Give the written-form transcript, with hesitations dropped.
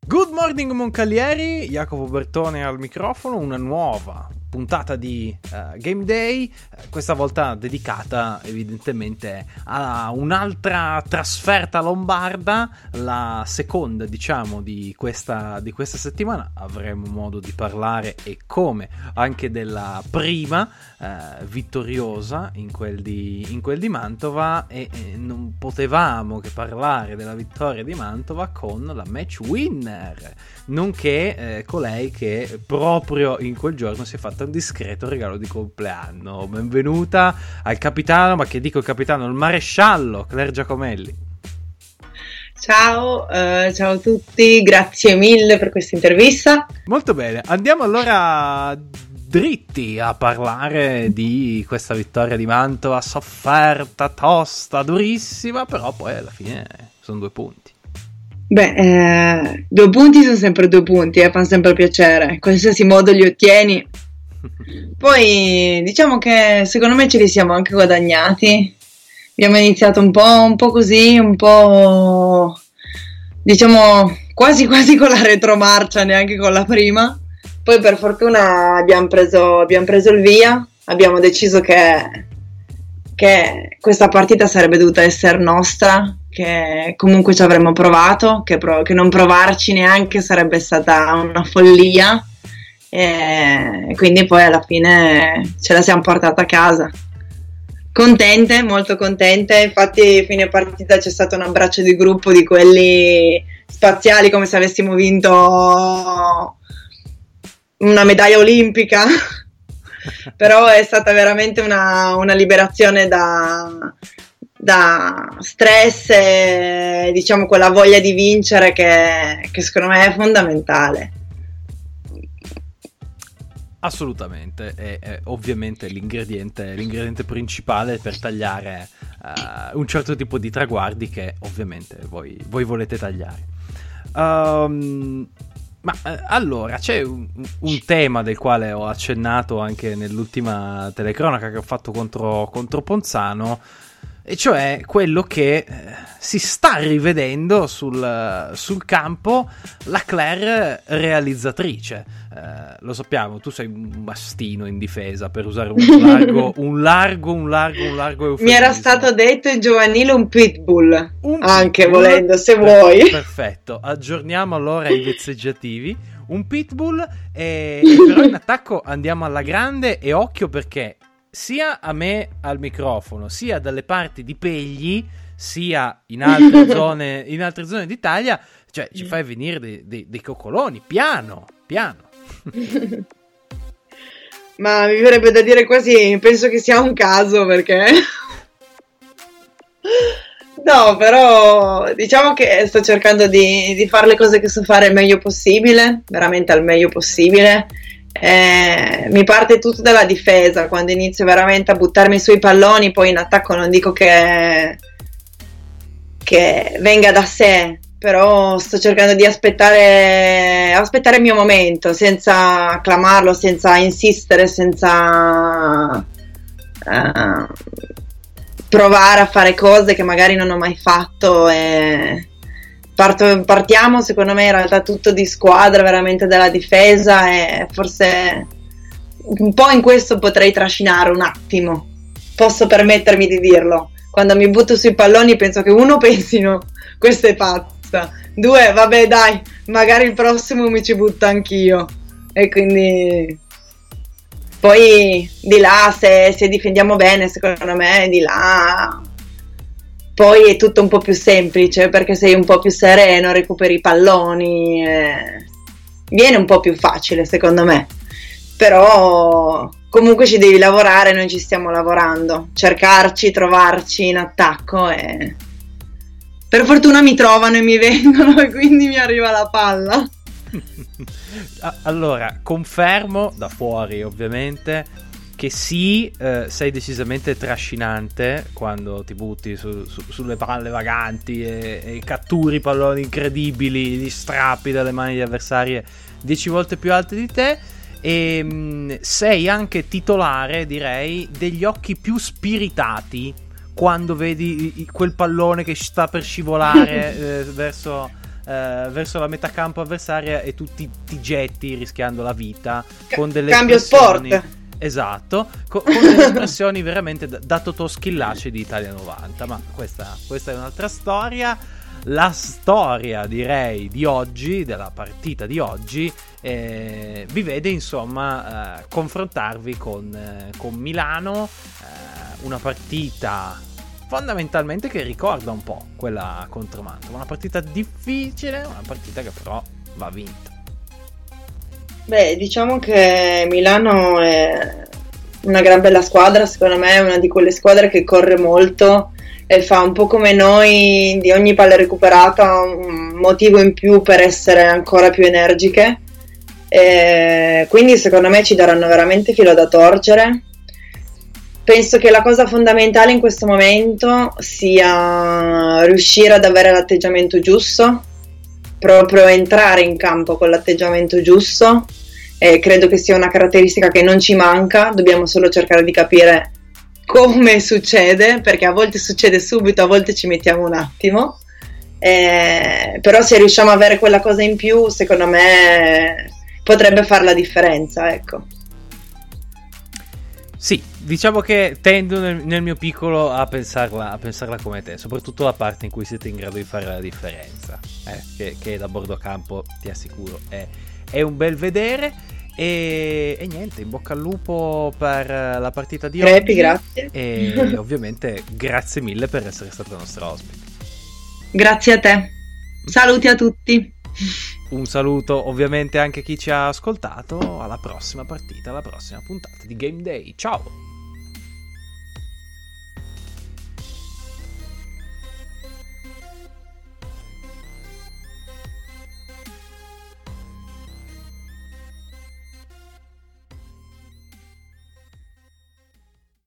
Good morning Moncalieri, Jacopo Bertone al microfono, una nuova puntata di Game Day, questa volta dedicata evidentemente a un'altra trasferta lombarda, la seconda diciamo di questa settimana. Avremo modo di parlare e come anche della prima vittoriosa in quel di Mantova e non potevamo che parlare della vittoria di Mantova con la match winner, nonché colei che proprio in quel giorno si è fatta un discreto regalo di compleanno. Benvenuta al capitano, ma che dico il capitano, il maresciallo Claire Giacomelli. Ciao, ciao a tutti, grazie mille per questa intervista. Molto bene, andiamo allora dritti a parlare di questa vittoria di Mantova, sofferta, tosta, durissima, però poi alla fine sono 2 punti. Beh, 2 punti sono sempre 2 punti, fanno sempre piacere, in qualsiasi modo li ottieni. Poi diciamo che secondo me ce li siamo anche guadagnati. Abbiamo iniziato un po' così, un po' diciamo quasi con la retromarcia, neanche con la prima. Poi per fortuna abbiamo preso il via, abbiamo deciso che questa partita sarebbe dovuta essere nostra, che comunque ci avremmo provato, che non provarci neanche sarebbe stata una follia, e quindi poi alla fine ce la siamo portata a casa. Contente, molto contente, infatti fine partita c'è stato un abbraccio di gruppo di quelli spaziali, come se avessimo vinto una medaglia olimpica. Però è stata veramente una liberazione da stress e diciamo quella voglia di vincere che secondo me è fondamentale. Assolutamente, è ovviamente l'ingrediente principale per tagliare un certo tipo di traguardi che ovviamente voi volete tagliare. Allora, c'è un tema del quale ho accennato anche nell'ultima telecronaca che ho fatto contro Ponzano, e cioè quello che si sta rivedendo sul campo la Claire realizzatrice. Lo sappiamo, tu sei un bastino in difesa, per usare un largo eufemismo. Mi era stato detto in giovanile un pitbull, anche volendo, se vuoi. Perfetto, aggiorniamo allora i vezzeggiativi. Un pitbull, però in attacco andiamo alla grande, e occhio perché sia a me al microfono, sia dalle parti di Pegli, sia in altre zone d'Italia, cioè ci fai venire dei coccoloni, piano. Ma mi verrebbe da dire quasi, penso che sia un caso, perché no, però diciamo che sto cercando di fare le cose che so fare il meglio possibile, veramente al meglio possibile. Mi parte tutto dalla difesa, quando inizio veramente a buttarmi sui palloni, poi in attacco non dico che venga da sé, però sto cercando di aspettare il mio momento, senza acclamarlo, senza insistere, senza provare a fare cose che magari non ho mai fatto. E partiamo secondo me in realtà tutto di squadra, veramente dalla difesa, e forse un po' in questo potrei trascinare un attimo, posso permettermi di dirlo. Quando mi butto sui palloni penso che uno pensino questa è pazza, 2 vabbè dai, magari il prossimo mi ci butto anch'io, e quindi poi di là se difendiamo bene, secondo me di là poi è tutto un po' più semplice, perché sei un po' più sereno, recuperi i palloni, viene un po' più facile secondo me. Però comunque ci devi lavorare, noi ci stiamo lavorando, cercarci, trovarci in attacco, e per fortuna mi trovano e mi vengono, e quindi mi arriva la palla. Allora, confermo da fuori ovviamente che sì, sei decisamente trascinante quando ti butti sulle palle vaganti e catturi palloni incredibili, li strappi dalle mani di avversarie 10 volte più alte di te, e sei anche titolare, direi, degli occhi più spiritati quando vedi quel pallone che sta per scivolare verso verso la metà campo avversaria e tu ti getti rischiando la vita con delle cambio espressioni... sport. Esatto, con delle espressioni veramente da Totò Schillaci di Italia 90. Ma questa è un'altra storia. La storia, direi, di oggi, della partita di oggi, vi vede insomma confrontarvi con Milano, una partita fondamentalmente che ricorda un po' quella contro Mantova, una partita difficile, una partita che però va vinta. Beh, diciamo che Milano è una gran bella squadra, secondo me è una di quelle squadre che corre molto e fa un po' come noi, di ogni palla recuperata un motivo in più per essere ancora più energiche, e quindi secondo me ci daranno veramente filo da torcere. Penso che la cosa fondamentale in questo momento sia riuscire ad avere l'atteggiamento giusto, proprio entrare in campo con l'atteggiamento giusto, e credo che sia una caratteristica che non ci manca, dobbiamo solo cercare di capire come succede, perché a volte succede subito, a volte ci mettiamo un attimo, però se riusciamo a avere quella cosa in più, secondo me potrebbe fare la differenza, ecco. Sì, diciamo che tendo nel mio piccolo a pensarla come te, soprattutto la parte in cui siete in grado di fare la differenza, che da bordo campo ti assicuro è un bel vedere. E niente, in bocca al lupo per la partita di oggi. Grazie. E ovviamente grazie mille per essere stata nostra ospite. Grazie a te. Saluti a tutti. Un saluto ovviamente anche a chi ci ha ascoltato. Alla prossima partita, alla prossima puntata di Game Day. Ciao!